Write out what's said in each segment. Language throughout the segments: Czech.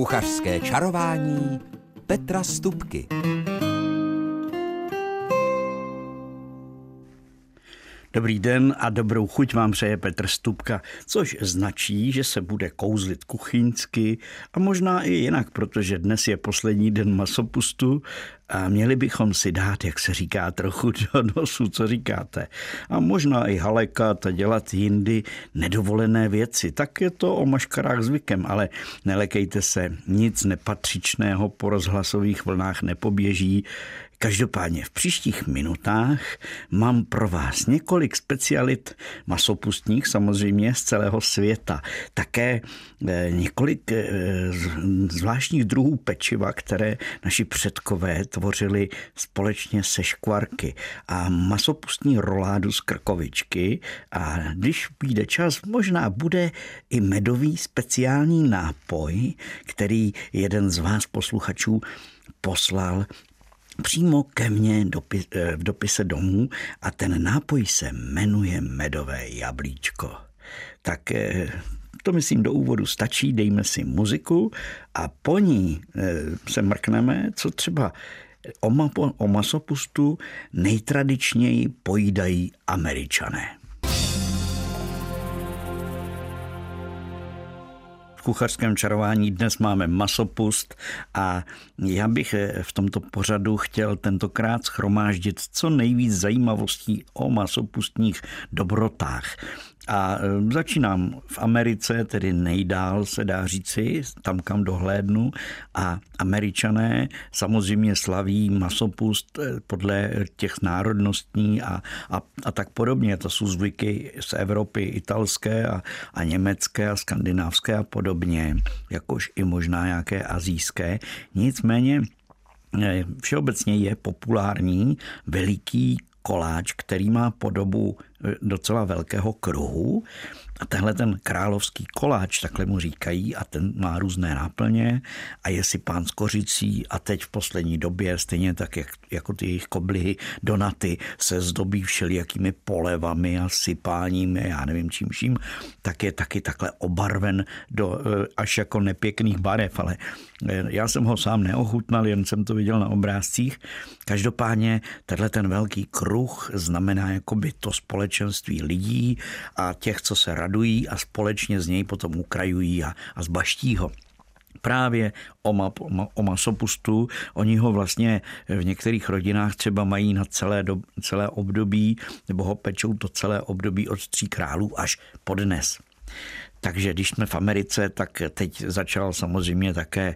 Kuchařské čarování Petra Stupky. Dobrý den a dobrou chuť vám přeje Petr Stupka, což značí, že se bude kouzlit kuchyňsky a možná i jinak, protože dnes je poslední den masopustu a měli bychom si dát, jak se říká, trochu do nosu, co říkáte. A možná i halekat a dělat jindy nedovolené věci. Tak je to o maškarách zvykem, ale nelekejte se, nic nepatřičného po rozhlasových vlnách nepoběží. Každopádně v příštích minutách mám pro vás několik specialit masopustních, samozřejmě z celého světa. Také několik zvláštních druhů pečiva, které naši předkové tvořili společně se škvarky a masopustní roládu z krkovičky a když přijde čas, možná bude i medový speciální nápoj, který jeden z vás posluchačů poslal přímo ke mně v dopise domů a ten nápoj se jmenuje medové jablíčko. Tak to myslím do úvodu stačí, dejme si muziku a po ní se mrkneme, co třeba o masopustu nejtradičněji pojídají Američané. V kuchařském čarování dnes máme masopust a já bych v tomto pořadu chtěl tentokrát shromáždit co nejvíc zajímavostí o masopustních dobrotách. A začínám v Americe, tedy nejdál se dá říci, tam kam dohlédnu a Američané samozřejmě slaví masopust podle těch národnostní a tak podobně. To jsou zvyky z Evropy, italské a německé a skandinávské a podobně, jakož i možná nějaké asijské. Nicméně všeobecně je populární veliký koláč, který má podobu docela velkého kruhu a tenhle ten královský koláč, takhle mu říkají, a ten má různé náplně a je sypán s kořicí a teď v poslední době, stejně tak jako ty jejich koblihy, donaty, se zdobí všelijakými polevami a sypáními, já nevím čím, tak je taky takhle obarven do až jako nepěkných barev, ale já jsem ho sám neochutnal, jen jsem to viděl na obrázcích. Každopádně tenhle ten velký kruh znamená jakoby to společenství lidí a těch, co se radují a společně z něj potom ukrajují a zbaští ho. Právě o masopustu, oni ho vlastně v některých rodinách třeba mají na celé období, nebo ho pečou to celé období od 3 králů až po dnes. Takže když jsme v Americe, tak teď začal samozřejmě také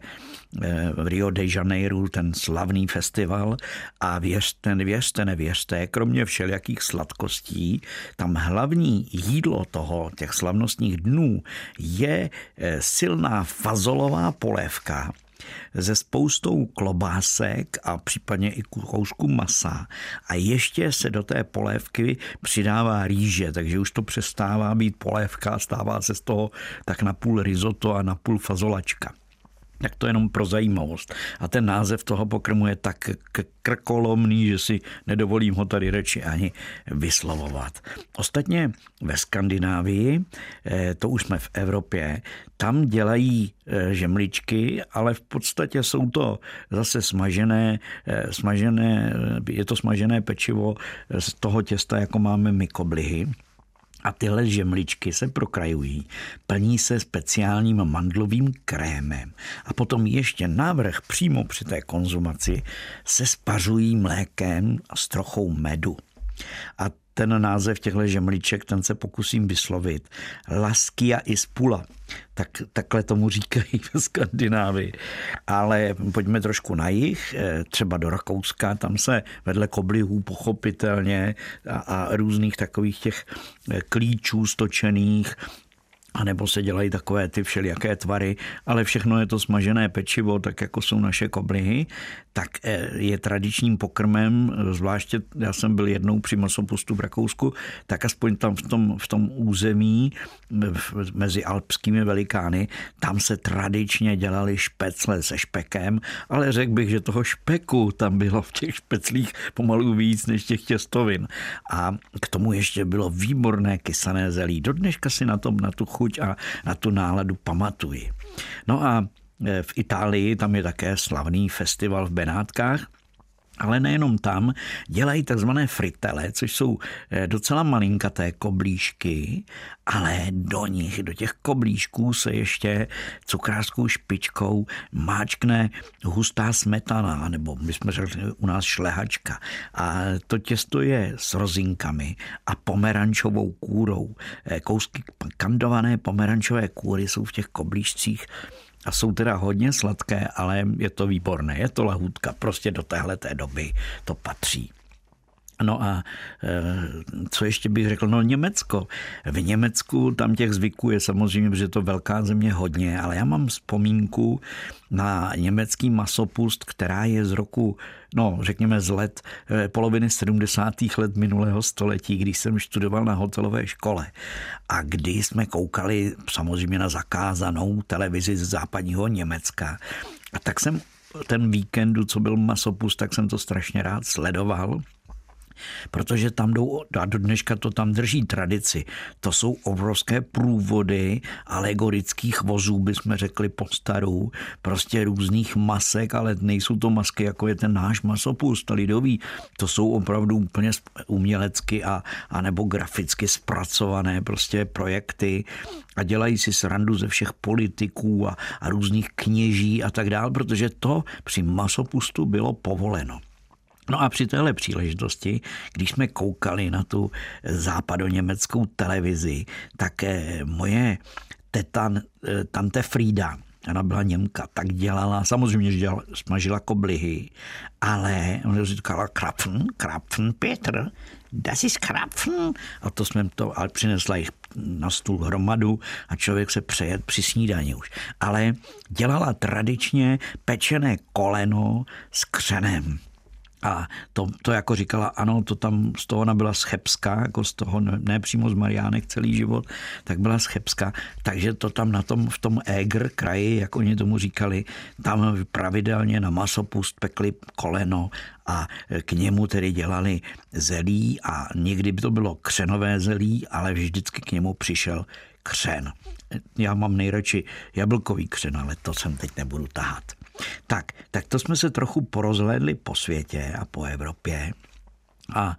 v Rio de Janeiro ten slavný festival a nevěřte, kromě všelijakých sladkostí, tam hlavní jídlo těch slavnostních dnů je silná fazolová polévka se spoustou klobásek a případně i kousku masa a ještě se do té polévky přidává rýže, takže už to přestává být polévka, stává se z toho tak napůl risotto a napůl fazolačka. Tak to jenom pro zajímavost. A ten název toho pokrmu je tak krkolomný, že si nedovolím ho tady radši ani vyslovovat. Ostatně ve Skandinávii, to už jsme v Evropě, tam dělají žemličky, ale v podstatě jsou to zase smažené, je to smažené pečivo z toho těsta, jako máme my koblihy. A tyhle žemličky se prokrajují, plní se speciálním mandlovým krémem a potom ještě navrch přímo při té konzumaci se spařují mlékem a s trochou medu. A ten název těchto žemliček, ten se pokusím vyslovit. Laskia ispula. Takhle tomu říkají v Skandinávii. Ale pojďme trošku na jih, třeba do Rakouska, tam se vedle koblihů pochopitelně a různých takových těch klíčů stočených, a nebo se dělají takové ty všelijaké tvary, ale všechno je to smažené pečivo, tak jako jsou naše koblihy, tak je tradičním pokrmem, zvláště já jsem byl jednou při masopustu v Rakousku, tak aspoň tam v tom území mezi alpskými velikány, tam se tradičně dělali špecle se špekem, ale řekl bych, že toho špeku tam bylo v těch špeclích pomalu víc než těch těstovin. A k tomu ještě bylo výborné kysané zelí. Do dneška si na tu chuť a na tu náladu pamatuji. No a v Itálii, tam je také slavný festival v Benátkách. Ale nejenom tam, dělají takzvané fritele, což jsou docela malinkaté koblížky, ale do těch koblížků se ještě cukrářskou špičkou máčkne hustá smetana, nebo my jsme řekli u nás šlehačka. A to těsto je s rozinkami a pomerančovou kůrou. Kousky kandované pomerančové kůry jsou v těch koblížcích a jsou teda hodně sladké, ale je to výborné, je to lahůdka, prostě do téhleté doby to patří. No a co ještě bych řekl, no Německo. V Německu tam těch zvyků je samozřejmě, protože je to velká země hodně, ale já mám vzpomínku na německý masopust, která je z roku, no řekněme z let poloviny 70. let minulého století, když jsem studoval na hotelové škole a kdy jsme koukali samozřejmě na zakázanou televizi z západního Německa. A tak jsem ten víkendu, co byl masopust, tak jsem to strašně rád sledoval, protože tam jdou, a do dneška to tam drží tradici. To jsou obrovské průvody alegorických vozů, bychom řekli po staru, prostě různých masek, ale nejsou to masky, jako je ten náš masopust lidový. To jsou opravdu úplně umělecky a nebo graficky zpracované prostě projekty a dělají si srandu ze všech politiků a různých kněží a tak dál, protože to při masopustu bylo povoleno. No a při téhle příležitosti, když jsme koukali na tu západoněmeckou televizi, tak moje tante Frida, ona byla Němka, tak dělala, samozřejmě, že smažila koblihy, ale ona říkala Krapfen, Petr, das ist Krapfen. A to jsme to, ale přinesla jich na stůl hromadu a člověk se přejet při snídani už. Ale dělala tradičně pečené koleno s křenem. A to jako říkala, ano, to tam z toho ona byla z Chebska, jako z toho, ne přímo z Mariánek celý život, tak byla z Chebska, takže to tam v tom Eger kraji, jak oni tomu říkali, tam pravidelně na masopust pekli koleno a k němu tedy dělali zelí a někdy by to bylo křenové zelí, ale vždycky k němu přišel křen. Já mám nejradši jablkový křen, ale to sem teď nebudu tahat. Tak to jsme se trochu porozhlédli po světě a po Evropě. A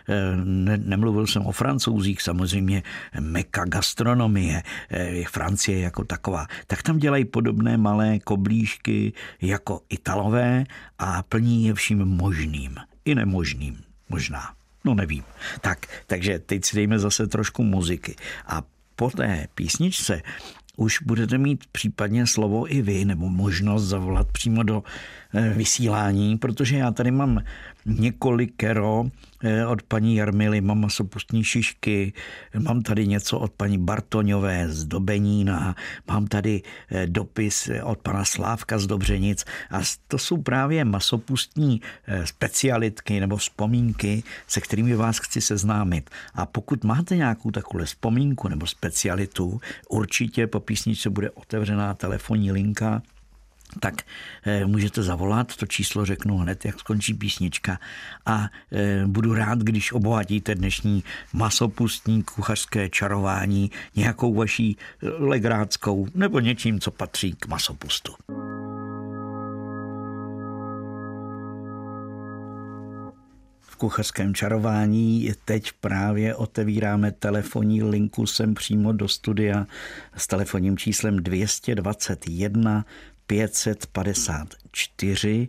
nemluvil jsem o Francouzích, samozřejmě meka gastronomie, Francie jako taková. Tak tam dělají podobné malé koblížky jako Italové a plní je vším možným i nemožným. Možná, no nevím. Takže teď si dejme zase trošku muziky. A po té písničce už budete mít případně slovo i vy, nebo možnost zavolat přímo do vysílání, protože já tady mám několikero od paní Jarmily, mám masopustní šišky, mám tady něco od paní Bartoňové z Dobenína, mám tady dopis od pana Slávka z Dobřenic a to jsou právě masopustní specialitky nebo vzpomínky, se kterými vás chci seznámit. A pokud máte nějakou takovou vzpomínku nebo specialitu, určitě po písničce bude otevřená telefonní linka, tak můžete zavolat, to číslo řeknu hned, jak skončí písnička a budu rád, když obohatíte dnešní masopustní kuchařské čarování nějakou vaší legráckou nebo něčím, co patří k masopustu. V kuchařském čarování teď právě otevíráme telefonní linku sem přímo do studia s telefonním číslem 221 554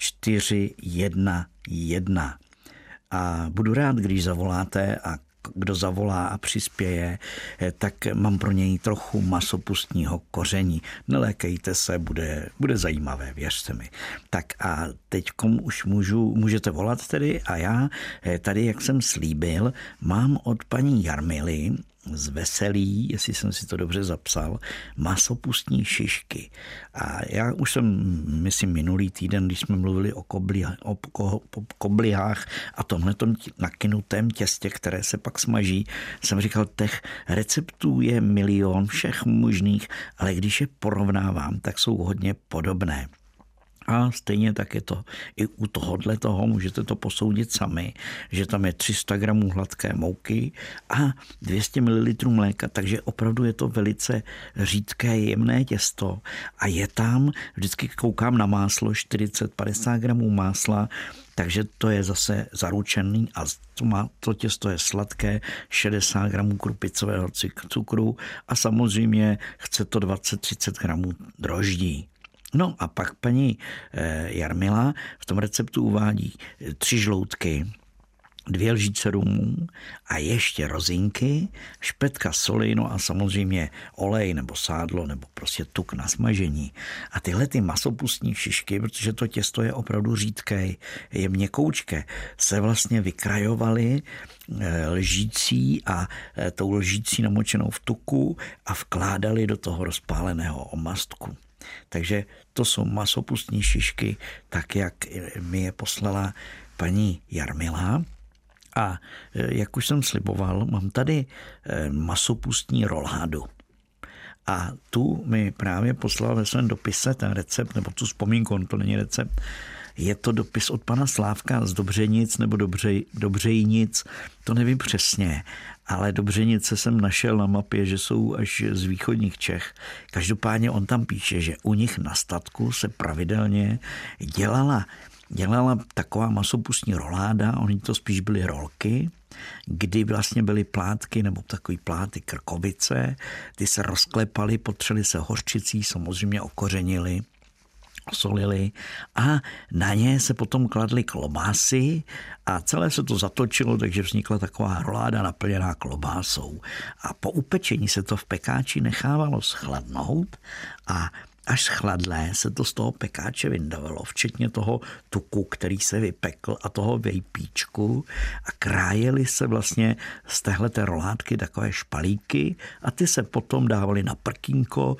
411. A budu rád, když zavoláte a kdo zavolá a přispěje, tak mám pro něj trochu masopustního koření. Nelékejte se, bude zajímavé, věřte mi. Tak a teďkom už můžete volat tedy a já tady, jak jsem slíbil, mám od paní Jarmily z Veselí, jestli jsem si to dobře zapsal, masopustní šišky. A já už jsem, myslím, minulý týden, když jsme mluvili o koblihách a tomhletom nakynutém těstě, které se pak smaží, jsem říkal, těch receptů je milion všech možných, ale když je porovnávám, tak jsou hodně podobné. A stejně tak je to i u tohohle toho, můžete to posoudit sami, že tam je 300 gramů hladké mouky a 200 ml mléka, takže opravdu je to velice řídké, jemné těsto a je tam, vždycky koukám na máslo, 40-50 gramů másla, takže to je zase zaručený a to těsto je sladké, 60 gramů krupicového cukru a samozřejmě chce to 20-30 gramů droždí. No a pak paní Jarmila v tom receptu uvádí 3 žloutky, 2 lžíce rumu a ještě rozinky, špetka soli, no a samozřejmě olej nebo sádlo nebo prostě tuk na smažení. A tyhle ty masopustní šišky, protože to těsto je opravdu řídké, je měkoučké, se vlastně vykrajovaly lžící a tou lžící namočenou v tuku a vkládali do toho rozpáleného omastku. Takže to jsou masopustní šišky, tak jak mi je poslala paní Jarmila. A jak už jsem sliboval, mám tady masopustní roládu. A tu mi právě poslal ve svém dopise ten recept, nebo tu vzpomínku, to není recept. Je to dopis od pana Slávka z Dobřenic nebo Dobřejnic, to nevím přesně, ale Dobřenice jsem našel na mapě, že jsou až z východních Čech. Každopádně on tam píše, že u nich na statku se pravidelně dělala taková masopustní roláda, oni to spíš byly rolky, kdy vlastně byly plátky nebo takový pláty krkovice, ty se rozklepaly, potřely se hořčicí, samozřejmě okořenily, osolili a na ně se potom kladly klobásy a celé se to zatočilo, takže vznikla taková roláda naplněná klobásou. A po upečení se to v pekáči nechávalo schladnout a až schladlé se to z toho pekáče vyndavalo, včetně toho tuku, který se vypekl a toho vejpíčku a krájely se vlastně z téhleté roládky takové špalíky a ty se potom dávaly na prkínko,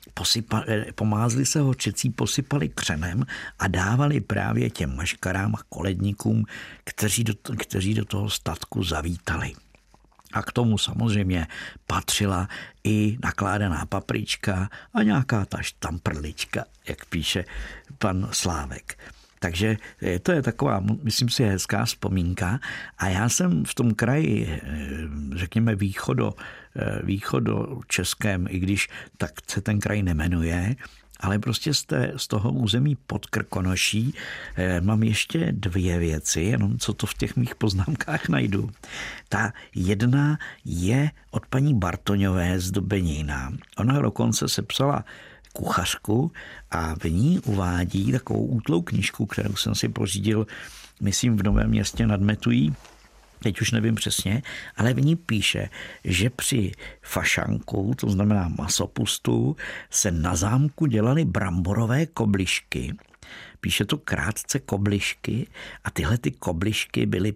pomázli se hořčicí, posypali křemem a dávali právě těm maškarám a koledníkům, kteří do toho statku zavítali. A k tomu samozřejmě patřila i nakládaná paprička a nějaká ta štamprlička, jak píše pan Slávek. Takže to je taková, myslím si, hezká vzpomínka. A já jsem v tom kraji, řekněme východočeském, i když tak se ten kraj nemenuje, ale prostě z toho území Podkrkonoší mám ještě 2 věci, jenom co to v těch mých poznámkách najdu. Ta jedna je od paní Bartoňové z Dobenína. Ona dokonce sepsala kuchařku a v ní uvádí takovou útlou knížku, kterou jsem si pořídil, myslím, v Novém Městě nad Metují, teď už nevím přesně, ale v ní píše, že při fašanku, to znamená masopustu, se na zámku dělaly bramborové koblišky. Píše to krátce koblišky a tyhle ty koblišky byly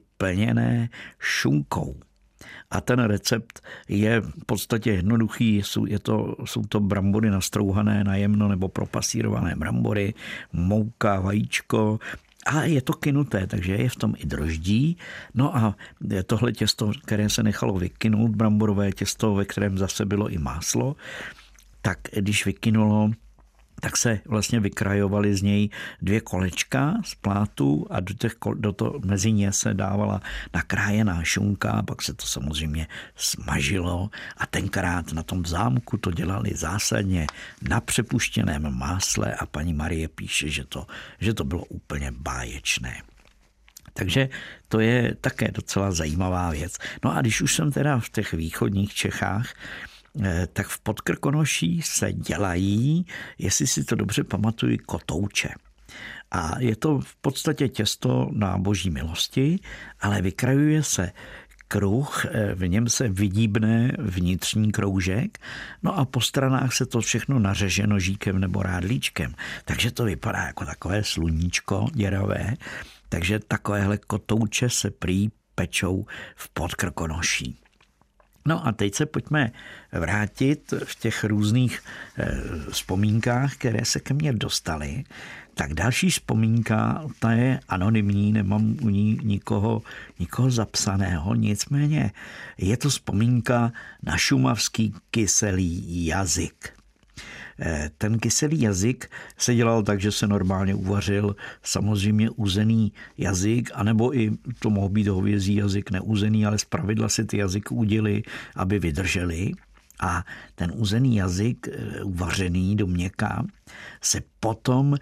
plněné šunkou. A ten recept je v podstatě jednoduchý, jsou to brambory nastrouhané na jemno nebo propasírované brambory, mouka, vajíčko, a je to kynuté, takže je v tom i droždí. No a tohle těsto, které se nechalo vykynout, bramborové těsto, ve kterém zase bylo i máslo, tak když vykynulo, tak se vlastně vykrajovaly z něj 2 kolečka z plátu a mezi ně se dávala nakrájená šunka, pak se to samozřejmě smažilo a tenkrát na tom zámku to dělali zásadně na přepuštěném másle a paní Marie píše, že to bylo úplně báječné. Takže to je také docela zajímavá věc. No a když už jsem teda v těch východních Čechách, tak v Podkrkonoší se dělají, jestli si to dobře pamatuju, kotouče. A je to v podstatě těsto na boží milosti, ale vykrajuje se kruh, v něm se vydíbne vnitřní kroužek, no a po stranách se to všechno nařeže nožíkem nebo rádlíčkem. Takže to vypadá jako takové sluníčko děravé, takže takovéhle kotouče se prý pečou v Podkrkonoší. No a teď se pojďme vrátit v těch různých vzpomínkách, které se ke mně dostaly. Tak další vzpomínka, ta je anonymní, nemám u ní nikoho zapsaného, nicméně je to vzpomínka na šumavský kyselý jazyk. Ten kyselý jazyk se dělal tak, že se normálně uvařil samozřejmě uzený jazyk, anebo i to mohl být hovězí jazyk neuzený, ale zpravidla si ty jazyky udělili, aby vydrželi. A ten uzený jazyk, uvařený do měka, se potom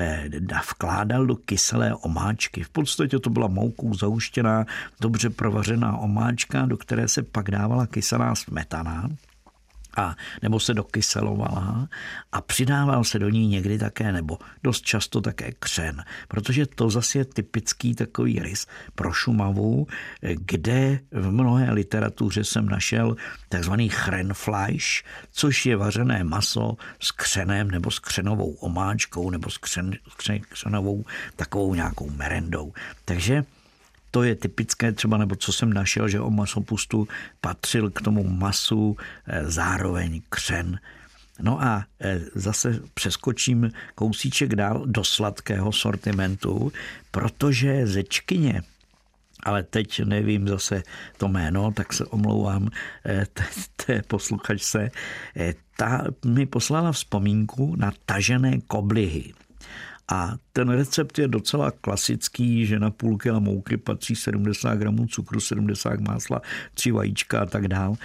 vkládal do kyselé omáčky. V podstatě to byla moukou zahuštěná, dobře provařená omáčka, do které se pak dávala kyselá smetana, nebo se dokyselovala a přidával se do ní někdy také, nebo dost často také křen, protože to zase je typický takový rys pro Šumavu, kde v mnohé literatuře jsem našel takzvaný chrenfleisch, což je vařené maso s křenem nebo s křenovou omáčkou nebo s křenovou takovou nějakou merendou. Takže to je typické třeba, nebo co jsem našel, že o masopustu patřil k tomu masu zároveň křen. No a zase přeskočím kousíček dál do sladkého sortimentu, protože zečkyně, ale teď nevím zase to jméno, tak se omlouvám té posluchačce, ta mi poslala vzpomínku na tažené koblihy. A ten recept je docela klasický, že na půl kila mouky patří 70 gramů cukru, 70 másla, 3 vajíčka a tak dál.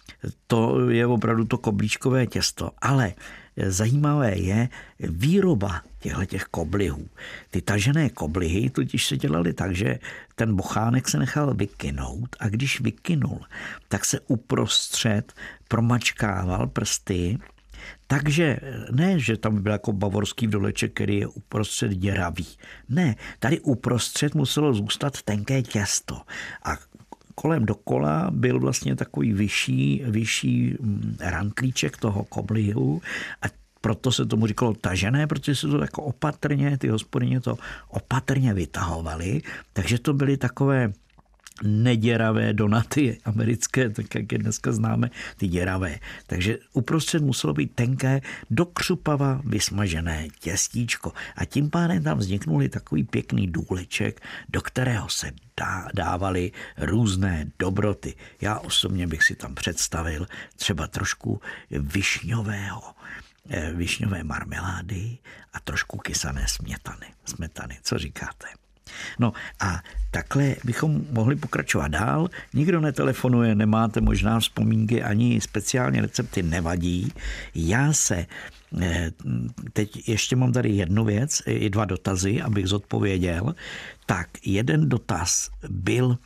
To je opravdu to koblíčkové těsto, ale zajímavé je výroba těch koblihů. Ty tažené koblihy totiž se dělaly tak, že ten bochánek se nechal vykynout a když vykynul, tak se uprostřed promačkával prsty. Takže ne, že tam byl jako bavorský vdoleček, který je uprostřed děravý. Ne, tady uprostřed muselo zůstat tenké těsto. A kolem dokola byl vlastně takový vyšší rantlíček toho koblihu a proto se tomu říkalo tažené, protože se to jako opatrně, ty hospodyně to opatrně vytahovaly, takže to byly takové neděravé donaty americké, tak jak je dneska známe, ty děravé. Takže uprostřed muselo být tenké, do křupava vysmažené těstíčko. A tím pádem tam vzniknul takový pěkný důleček, do kterého se dávaly různé dobroty. Já osobně bych si tam představil třeba trošku višňové marmelády a trošku kysané smetany. Co říkáte? No a takhle bychom mohli pokračovat dál. Nikdo netelefonuje, nemáte možná vzpomínky ani speciálně recepty, nevadí. Já se teď ještě mám tady jednu věc, i 2 dotazy, abych zodpověděl. Tak jeden dotaz byl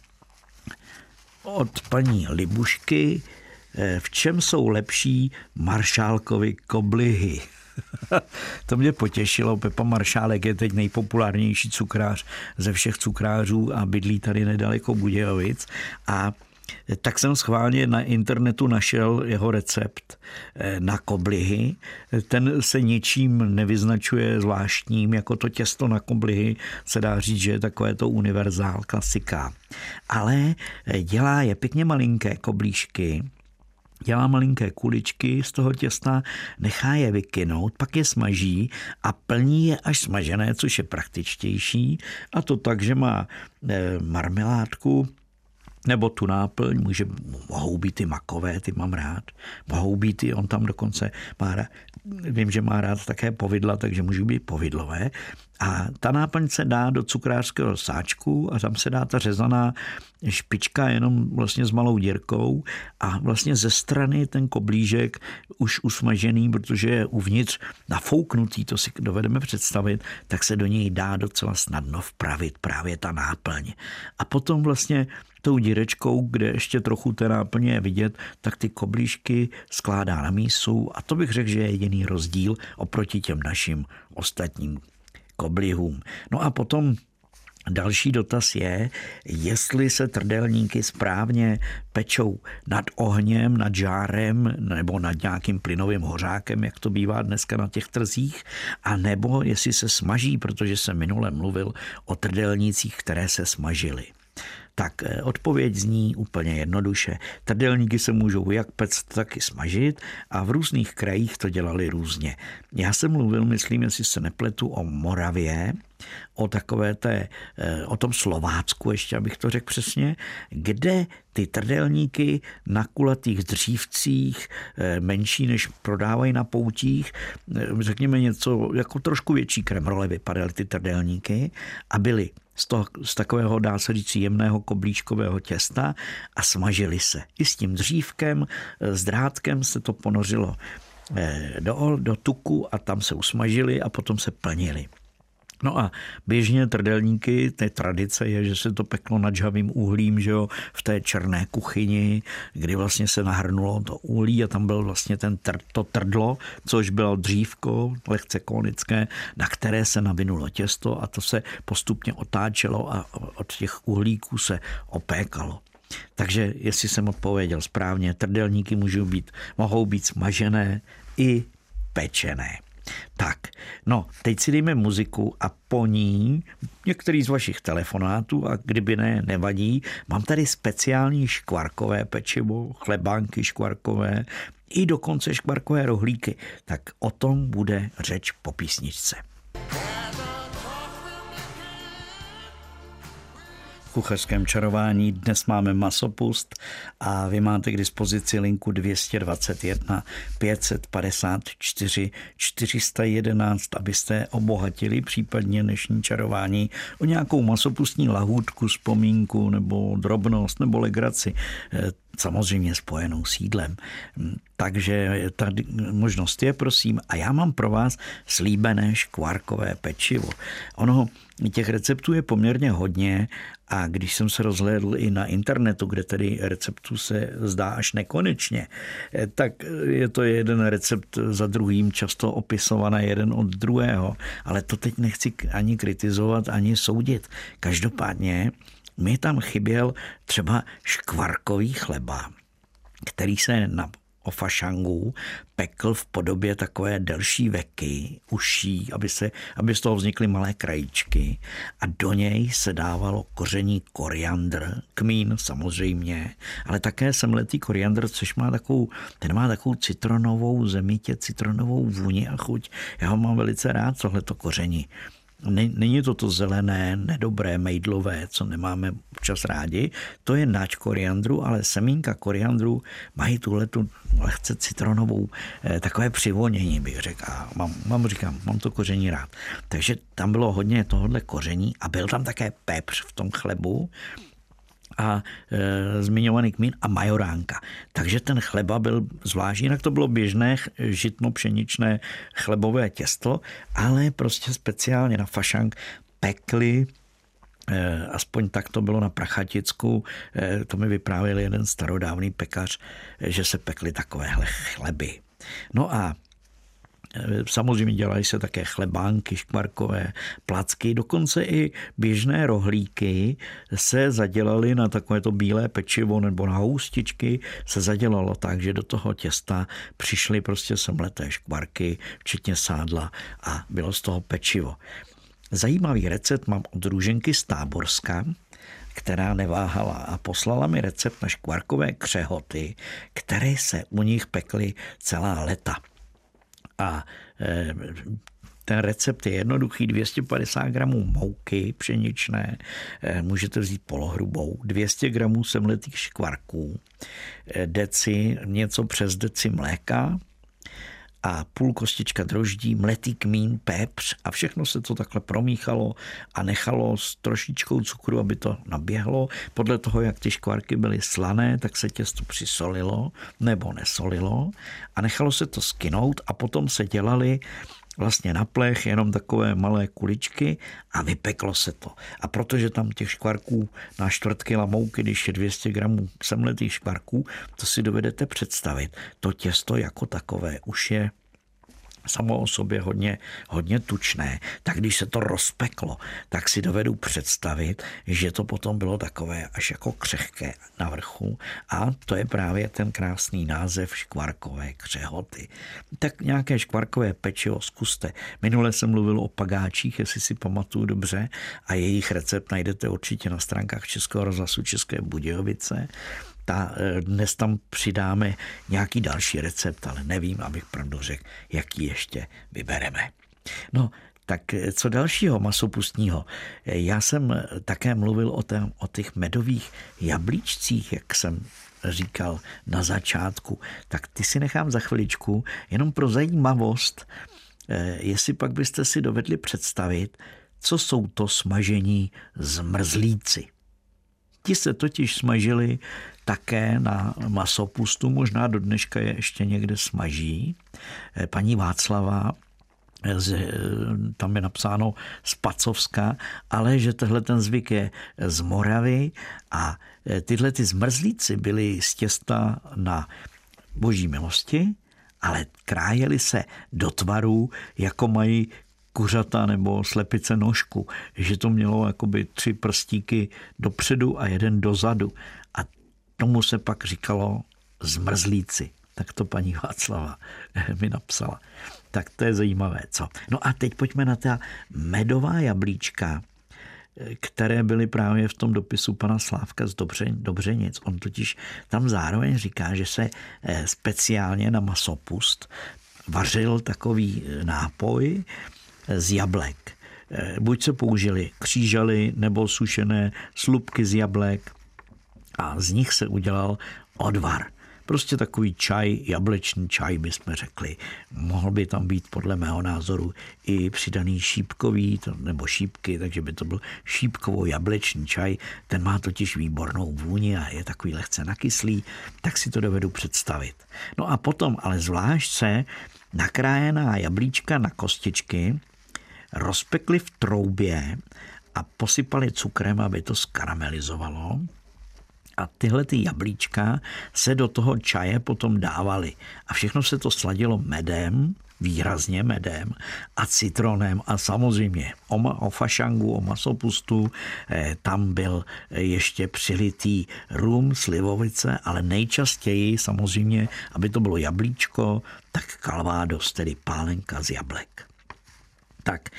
od paní Libušky. V čem jsou lepší Maršálkovy koblihy? To mě potěšilo. Pepa Maršálek je teď nejpopulárnější cukrář ze všech cukrářů a bydlí tady nedaleko Budějovic. A tak jsem schválně na internetu našel jeho recept na koblihy. Ten se ničím nevyznačuje zvláštním, jako to těsto na koblihy se dá říct, že je takové to univerzál, klasika. Ale dělá je pěkně malinké koblížky, dělá malinké kuličky z toho těsta, nechá je vykynout, pak je smaží a plní je až smažené, což je praktičtější. A to tak, že má marmeládku nebo tu náplň, mohou být i makové, ty mám rád, mohou být i, on tam dokonce má rád, vím, že má rád také povidla, takže můžou být povidlové. A ta náplň se dá do cukrářského sáčku a tam se dá ta řezaná špička jenom vlastně s malou dírkou a vlastně ze strany ten koblížek už usmažený, protože je uvnitř nafouknutý, to si dovedeme představit, tak se do něj dá docela snadno vpravit právě ta náplň. A potom vlastně tou dírečkou, kde ještě trochu té náplně je vidět, tak ty koblížky skládá na mísu a to bych řekl, že je jediný rozdíl oproti těm našim ostatním koblihům. No a potom další dotaz je, jestli se trdelníky správně pečou nad ohněm, nad žárem nebo nad nějakým plynovým hořákem, jak to bývá dneska na těch trzích, a nebo jestli se smaží, protože jsem minule mluvil o trdelnících, které se smažily. Tak odpověď zní úplně jednoduše. Trdelníky se můžou jak pect, tak i smažit a v různých krajích to dělali různě. Já jsem mluvil, myslím, jestli se nepletu, o Moravě, o tom Slovácku, ještě abych to řekl přesně, kde ty trdelníky na kulatých dřívcích, menší než prodávají na poutích, řekněme něco jako trošku větší kremrole vypadaly ty trdelníky a byly z takového, dá se říct, jemného koblíčkového těsta a smažili se. I s tím dřívkem, s drátkem se to ponořilo do tuku a tam se usmažili a potom se plnili. No a běžně trdelníky, té tradice je, že se to peklo nad žhavým uhlím, že jo, v té černé kuchyni, kdy vlastně se nahrnulo to uhlí a tam byl vlastně to trdlo, což bylo dřívko, lehce konické, na které se navinulo těsto a to se postupně otáčelo a od těch uhlíků se opékalo. Takže jestli jsem odpověděl správně, trdelníky mohou být smažené i pečené. Tak, no, teď si dejme muziku a po ní některý z vašich telefonátů a kdyby ne, nevadí. Mám tady speciální škvarkové pečivo, chlebánky škvarkové i dokonce škvarkové rohlíky. Tak o tom bude řeč po písničce. V kuchařském čarování dnes máme masopust a vy máte k dispozici linku 221 554 411, abyste obohatili případně dnešní čarování o nějakou masopustní lahůdku, vzpomínku nebo drobnost nebo legraci, samozřejmě spojenou s jídlem. Takže ta možnost je, prosím, a já mám pro vás slíbené škvárkové pečivo. Těch receptů je poměrně hodně a když jsem se rozhlédl i na internetu, kde tedy receptů se zdá až nekonečně, tak je to jeden recept za druhým, často opisovaný jeden od druhého, ale to teď nechci ani kritizovat, ani soudit. Každopádně mi tam chyběl třeba škvarkový chleba, který se na ofašangu pekl v podobě takové delší veky, uší, aby z toho vznikly malé krajíčky a do něj se dávalo koření koriandr, kmín samozřejmě, ale také semletý koriandr, což má takovou citronovou zemitě, citronovou vůni a chuť. Já ho mám velice rád, tohleto koření. Není to zelené, nedobré, mejdlové, co nemáme občas rádi. To je nač koriandru, ale semínka koriandru mají tuhletu lehce citronovou, takové přivonění, bych řekl. A mám to koření rád. Takže tam bylo hodně tohohle koření a byl tam také pepř v tom chlebu a zmiňovaný kmín a majoránka. Takže ten chleba byl zvláštní, jinak to bylo běžné žitno-pšeničné chlebové těsto, ale prostě speciálně na fašank pekli, aspoň tak to bylo na Prachaticku, to mi vyprávěl jeden starodávný pekař, že se pekly takovéhle chleby. No a samozřejmě dělají se také chlebánky, škvarkové, placky, dokonce i běžné rohlíky se zadělaly na takovéto bílé pečivo nebo na houstičky se zadělalo tak, že do toho těsta přišly prostě semleté škvarky, včetně sádla a bylo z toho pečivo. Zajímavý recept mám od Růženky z Táborska, která neváhala a poslala mi recept na škvarkové křehoty, které se u nich pekly celá léta. A ten recept je jednoduchý, 250 gramů mouky pšeničné, můžete vzít polohrubou, 200 gramů semletých škvarků, něco přes deci mléka a půl kostička droždí, mletý kmín, pepř a všechno se to takhle promíchalo a nechalo s trošičkou cukru, aby to naběhlo. Podle toho, jak ty škvarky byly slané, tak se těsto přisolilo nebo nesolilo a nechalo se to skynout a potom se dělaly vlastně na plech jenom takové malé kuličky a vypeklo se to. A protože tam těch škvarků na 1/4 kila mouky, když je 200 gramů semletých škvarků, to si dovedete představit. To těsto jako takové už je samo o sobě hodně tučné, tak když se to rozpeklo, tak si dovedu představit, že to potom bylo takové až jako křehké na vrchu a to je právě ten krásný název škvarkové křehoty. Tak nějaké škvarkové pečivo zkuste. Minule jsem mluvil o pagáčích, jestli si pamatuju dobře, a jejich recept najdete určitě na stránkách Českého rozhlasu České Budějovice. Dnes tam přidáme nějaký další recept, ale nevím, abych pravdu řekl, jaký ještě vybereme. No, tak co dalšího masopustního? Já jsem také mluvil o těch medových jablíčcích, jak jsem říkal na začátku. Tak ty si nechám za chviličku, jenom pro zajímavost, jestli pak byste si dovedli představit, co jsou to smažení zmrzlíci. Ti se totiž smažili také na masopustu, možná do dneška je ještě někde smaží. Paní Václava, tam je napsáno z Pacovska, ale že tehle ten zvyk je z Moravy a tyhle ty zmrzlíci byly z těsta na Boží milosti, ale krájeli se do tvarů, jako mají kuřata nebo slepice nožku, že to mělo jakoby 3 prstíky dopředu a 1 dozadu. A tomu se pak říkalo zmrzlíci. Tak to paní Václava mi napsala. Tak to je zajímavé, co? No a teď pojďme na ta medová jablíčka, které byly právě v tom dopisu pana Slávka z Dobřenic. On totiž tam zároveň říká, že se speciálně na masopust vařil takový nápoj z jablek. Buď se použili křížaly nebo sušené slupky z jablek a z nich se udělal odvar. Prostě takový čaj, jablečný čaj bychom řekli. Mohl by tam být podle mého názoru i přidaný šípkový nebo šípky, takže by to byl šípkovo-jablečný čaj. Ten má totiž výbornou vůni a je takový lehce nakyslý, tak si to dovedu představit. No a potom ale zvlášť se nakrájená jablíčka na kostičky rozpekli v troubě a posypali cukrem, aby to skaramelizovalo. A tyhle ty jablíčka se do toho čaje potom dávaly. A všechno se to sladilo medem, výrazně medem a citronem a samozřejmě o fašangu, o masopustu, tam byl ještě přilitý rum, slivovice, ale nejčastěji samozřejmě, aby to bylo jablíčko, tak kalvádos, tedy pálenka z jablek. Tak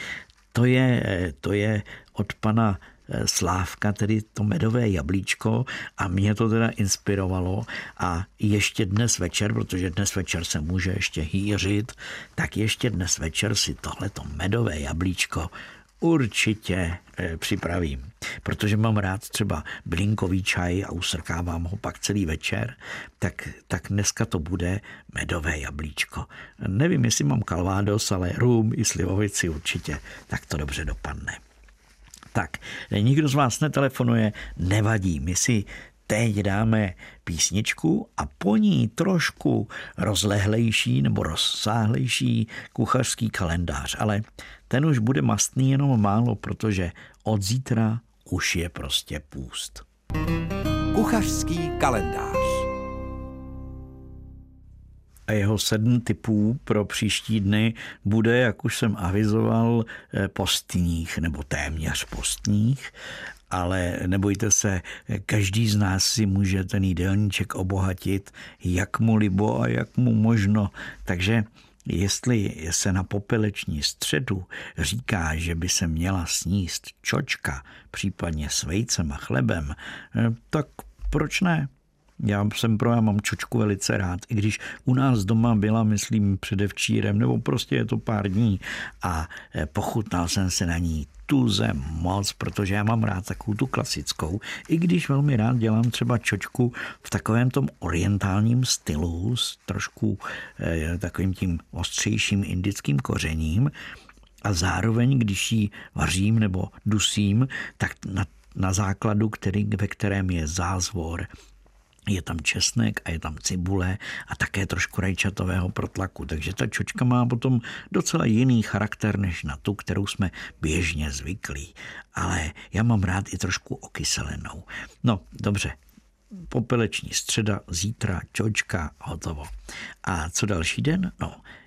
to je od pana Slávka, tedy to medové jablíčko a mě to teda inspirovalo a ještě dnes večer, protože dnes večer se může ještě hýřit, tak ještě dnes večer si tohleto medové jablíčko určitě připravím, protože mám rád třeba bylinkový čaj a usrkávám ho pak celý večer, tak dneska to bude medové jablíčko. Nevím, jestli mám kalvádos, ale rum i slivovici určitě, tak to dobře dopadne. Tak, nikdo z vás netelefonuje, nevadí, my si teď dáme písničku a po ní trošku rozlehlejší nebo rozsáhlejší kuchařský kalendář, ale ten už bude mastný jenom málo, protože od zítra už je prostě půst. Kuchařský kalendář. A jeho 7 tipů pro příští dny bude, jak už jsem avizoval, postních nebo téměř postních, ale nebojte se, každý z nás si může ten jídelníček obohatit, jak mu libo a jak mu možno. Takže jestli se na popeleční středu říká, že by se měla sníst čočka, případně s vejcem a chlebem, tak proč ne? Já mám čočku velice rád, i když u nás doma byla, myslím, předevčírem, nebo prostě je to pár dní a pochutnal jsem se na ní tuze moc, protože já mám rád takovou tu klasickou, i když velmi rád dělám třeba čočku v takovém tom orientálním stylu s trošku takovým tím ostřejším indickým kořením a zároveň, když ji vařím nebo dusím, tak na základu, ve kterém je zázvor, je tam česnek a je tam cibule a také trošku rajčatového protlaku. Takže ta čočka má potom docela jiný charakter než na tu, kterou jsme běžně zvyklí. Ale já mám rád i trošku okyselenou. No, dobře. Popeleční středa, zítra, čočka, hotovo. A co další den? No,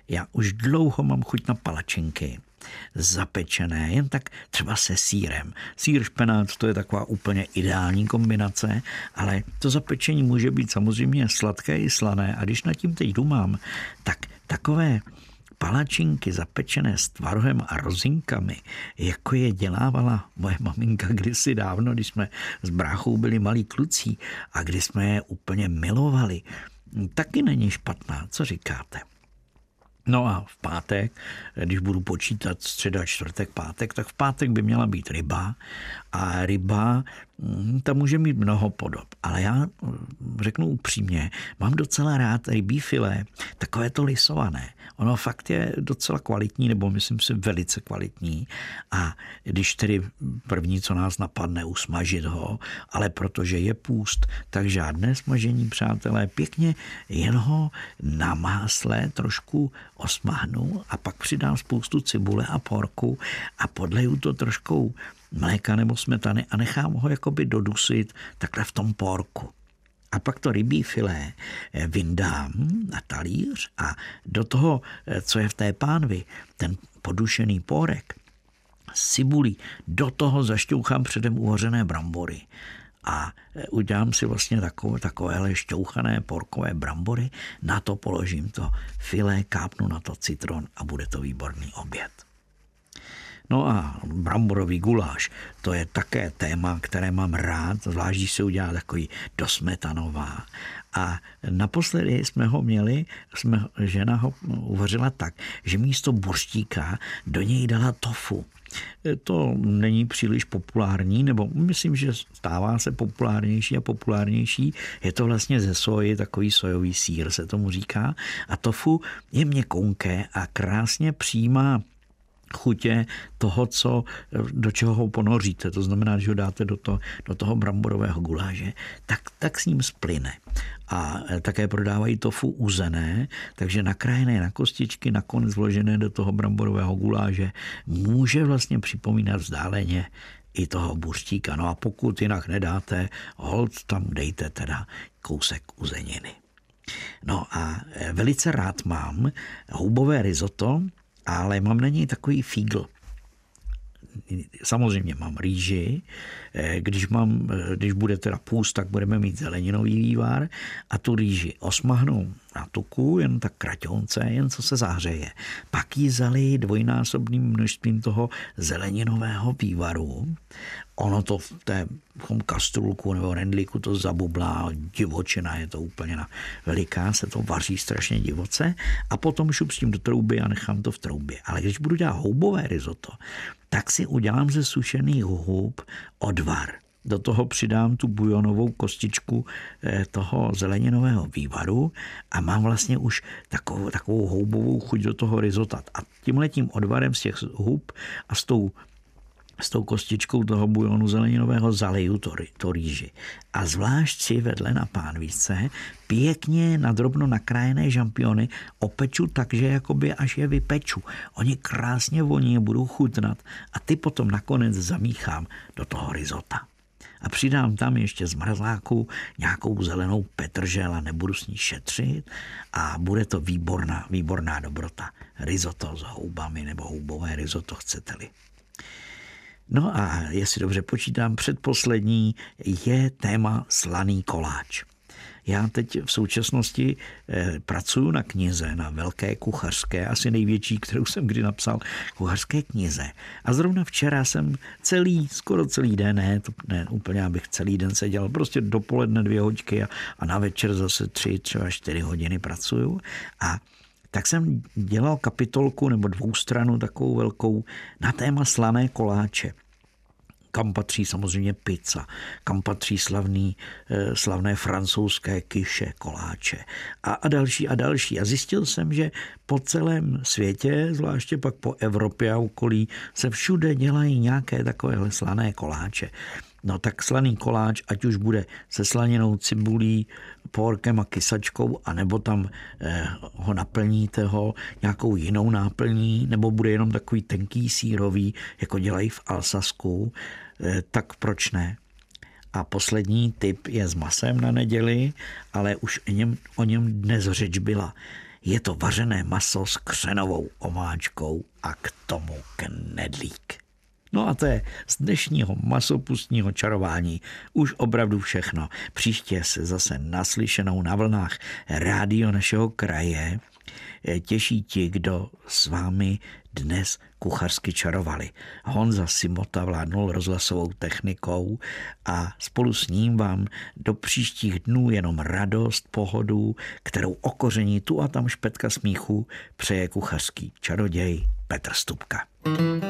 já už dlouho mám chuť na palačinky. Zapečené, jen tak třeba se sýrem. Sýr, špenát, to je taková úplně ideální kombinace, ale to zapečení může být samozřejmě sladké i slané a když nad tím teď dumám, tak takové palačinky zapečené s tvarohem a rozinkami, jako je dělávala moje maminka kdysi dávno, když jsme s bráchou byli malí kluci a kdy jsme je úplně milovali, taky není špatná, co říkáte? No a v pátek, když budu počítat středa, čtvrtek, pátek, tak v pátek by měla být ryba a ryba, ta může mít mnoho podob, ale já řeknu upřímně, mám docela rád rybí filé, takové to lisované. Ono fakt je docela kvalitní, nebo myslím si velice kvalitní a když tedy první, co nás napadne, usmažit ho, ale protože je půst, tak žádné smažení, přátelé, pěkně jen ho na másle trošku osmahnu a pak přidám spoustu cibule a porku a podleju to troškou mléka nebo smetany a nechám ho jakoby dodusit takhle v tom porku. A pak to rybí filé vyndám na talíř a do toho, co je v té pánvi, ten podušený pórek s cibulí, do toho zašťouchám předem uvařené brambory. A udělám si vlastně takovéhle šťouchané porkové brambory, na to položím to filé, kápnu na to citron a bude to výborný oběd. No a bramborový guláš, to je také téma, které mám rád, zvlášť když se udělá takový dosmetanová. A naposledy jsme ho měli, žena ho uvařila tak, že místo buřtíka do něj dala tofu. To není příliš populární, nebo myslím, že stává se populárnější a populárnější. Je to vlastně ze soji, takový sojový sýr se tomu říká. A tofu je měkouké a krásně přijímá chutě toho, do čeho ho ponoříte. To znamená, že ho dáte do toho bramborového guláše, tak s ním splyne. A také prodávají tofu uzené, takže nakrájené na kostičky, nakonec vložené do toho bramborového guláše může vlastně připomínat vzdáleně i toho buřtíka. No a pokud jinak nedáte, holt tam dejte teda kousek uzeniny. No a velice rád mám houbové risotto, ale mám na něj takový fígl. Samozřejmě mám rýži, když bude teda půst, tak budeme mít zeleninový vývar a tu rýži osmahnu na tuku, jen tak kraťonce, jen co se zahřeje. Pak ji zaliji dvojnásobným množstvím toho zeleninového vývaru. Ono to v tom kastrůlku nebo rendlíku to zabublá, divočina je to úplně veliká, se to vaří strašně divoce a potom šup s tím do trouby a nechám to v troubě. Ale když budu dělat houbové risotto, tak si udělám ze sušených hub odvar. Do toho přidám tu bujonovou kostičku toho zeleninového vývaru a mám vlastně už takovou houbovou chuť do toho risota. A tímhletím odvarem z těch hub a s tou kostičkou toho bujonu zeleninového zaleju to rýži. A zvlášť si vedle na pánvičce pěkně nadrobno nakrájené žampiony opeču takže jakoby až je vypeču. Oni krásně voní, budou chutnat a ty potom nakonec zamíchám do toho risota. A přidám tam ještě z mrazáku nějakou zelenou petržel a nebudu s ní šetřit a bude to výborná dobrota. Risotto s houbami nebo houbové risotto, chcete-li. No a jestli dobře počítám, předposlední je téma slaný koláč. Já teď v současnosti pracuji na knize, na velké kuchařské, asi největší, kterou jsem kdy napsal, kuchařské knize. A zrovna včera jsem skoro celý den, ne úplně, abych celý den seděl, prostě dopoledne 2 hodiny a na večer zase 3, třeba 4 hodiny pracuju. A tak jsem dělal kapitolku nebo 2stranu takovou velkou na téma slané koláče. Kam patří samozřejmě pizza, kam patří slavné francouzské kyše, koláče a další a další. A zjistil jsem, že po celém světě, zvláště pak po Evropě a okolí, se všude dělají nějaké takovéhle slané koláče. No tak slaný koláč, ať už bude se slaninou, cibulí, pórkem a kysačkou, anebo tam ho naplníte nějakou jinou náplní, nebo bude jenom takový tenký sýrový, jako dělají v Alsasku, tak proč ne? A poslední tip je s masem na neděli, ale už o něm dnes řeč byla. je to vařené maso s křenovou omáčkou a k tomu knedlík. No a to je z dnešního masopustního čarování už opravdu všechno. Příště se zase naslyšenou na vlnách Rádio našeho kraje těší ti, kdo s vámi dnes kuchařsky čarovali. Honza Simota vládnul rozhlasovou technikou a spolu s ním vám do příštích dnů jenom radost, pohodu, kterou okoření tu a tam špetka smíchu přeje kuchařský čaroděj Petr Stupka.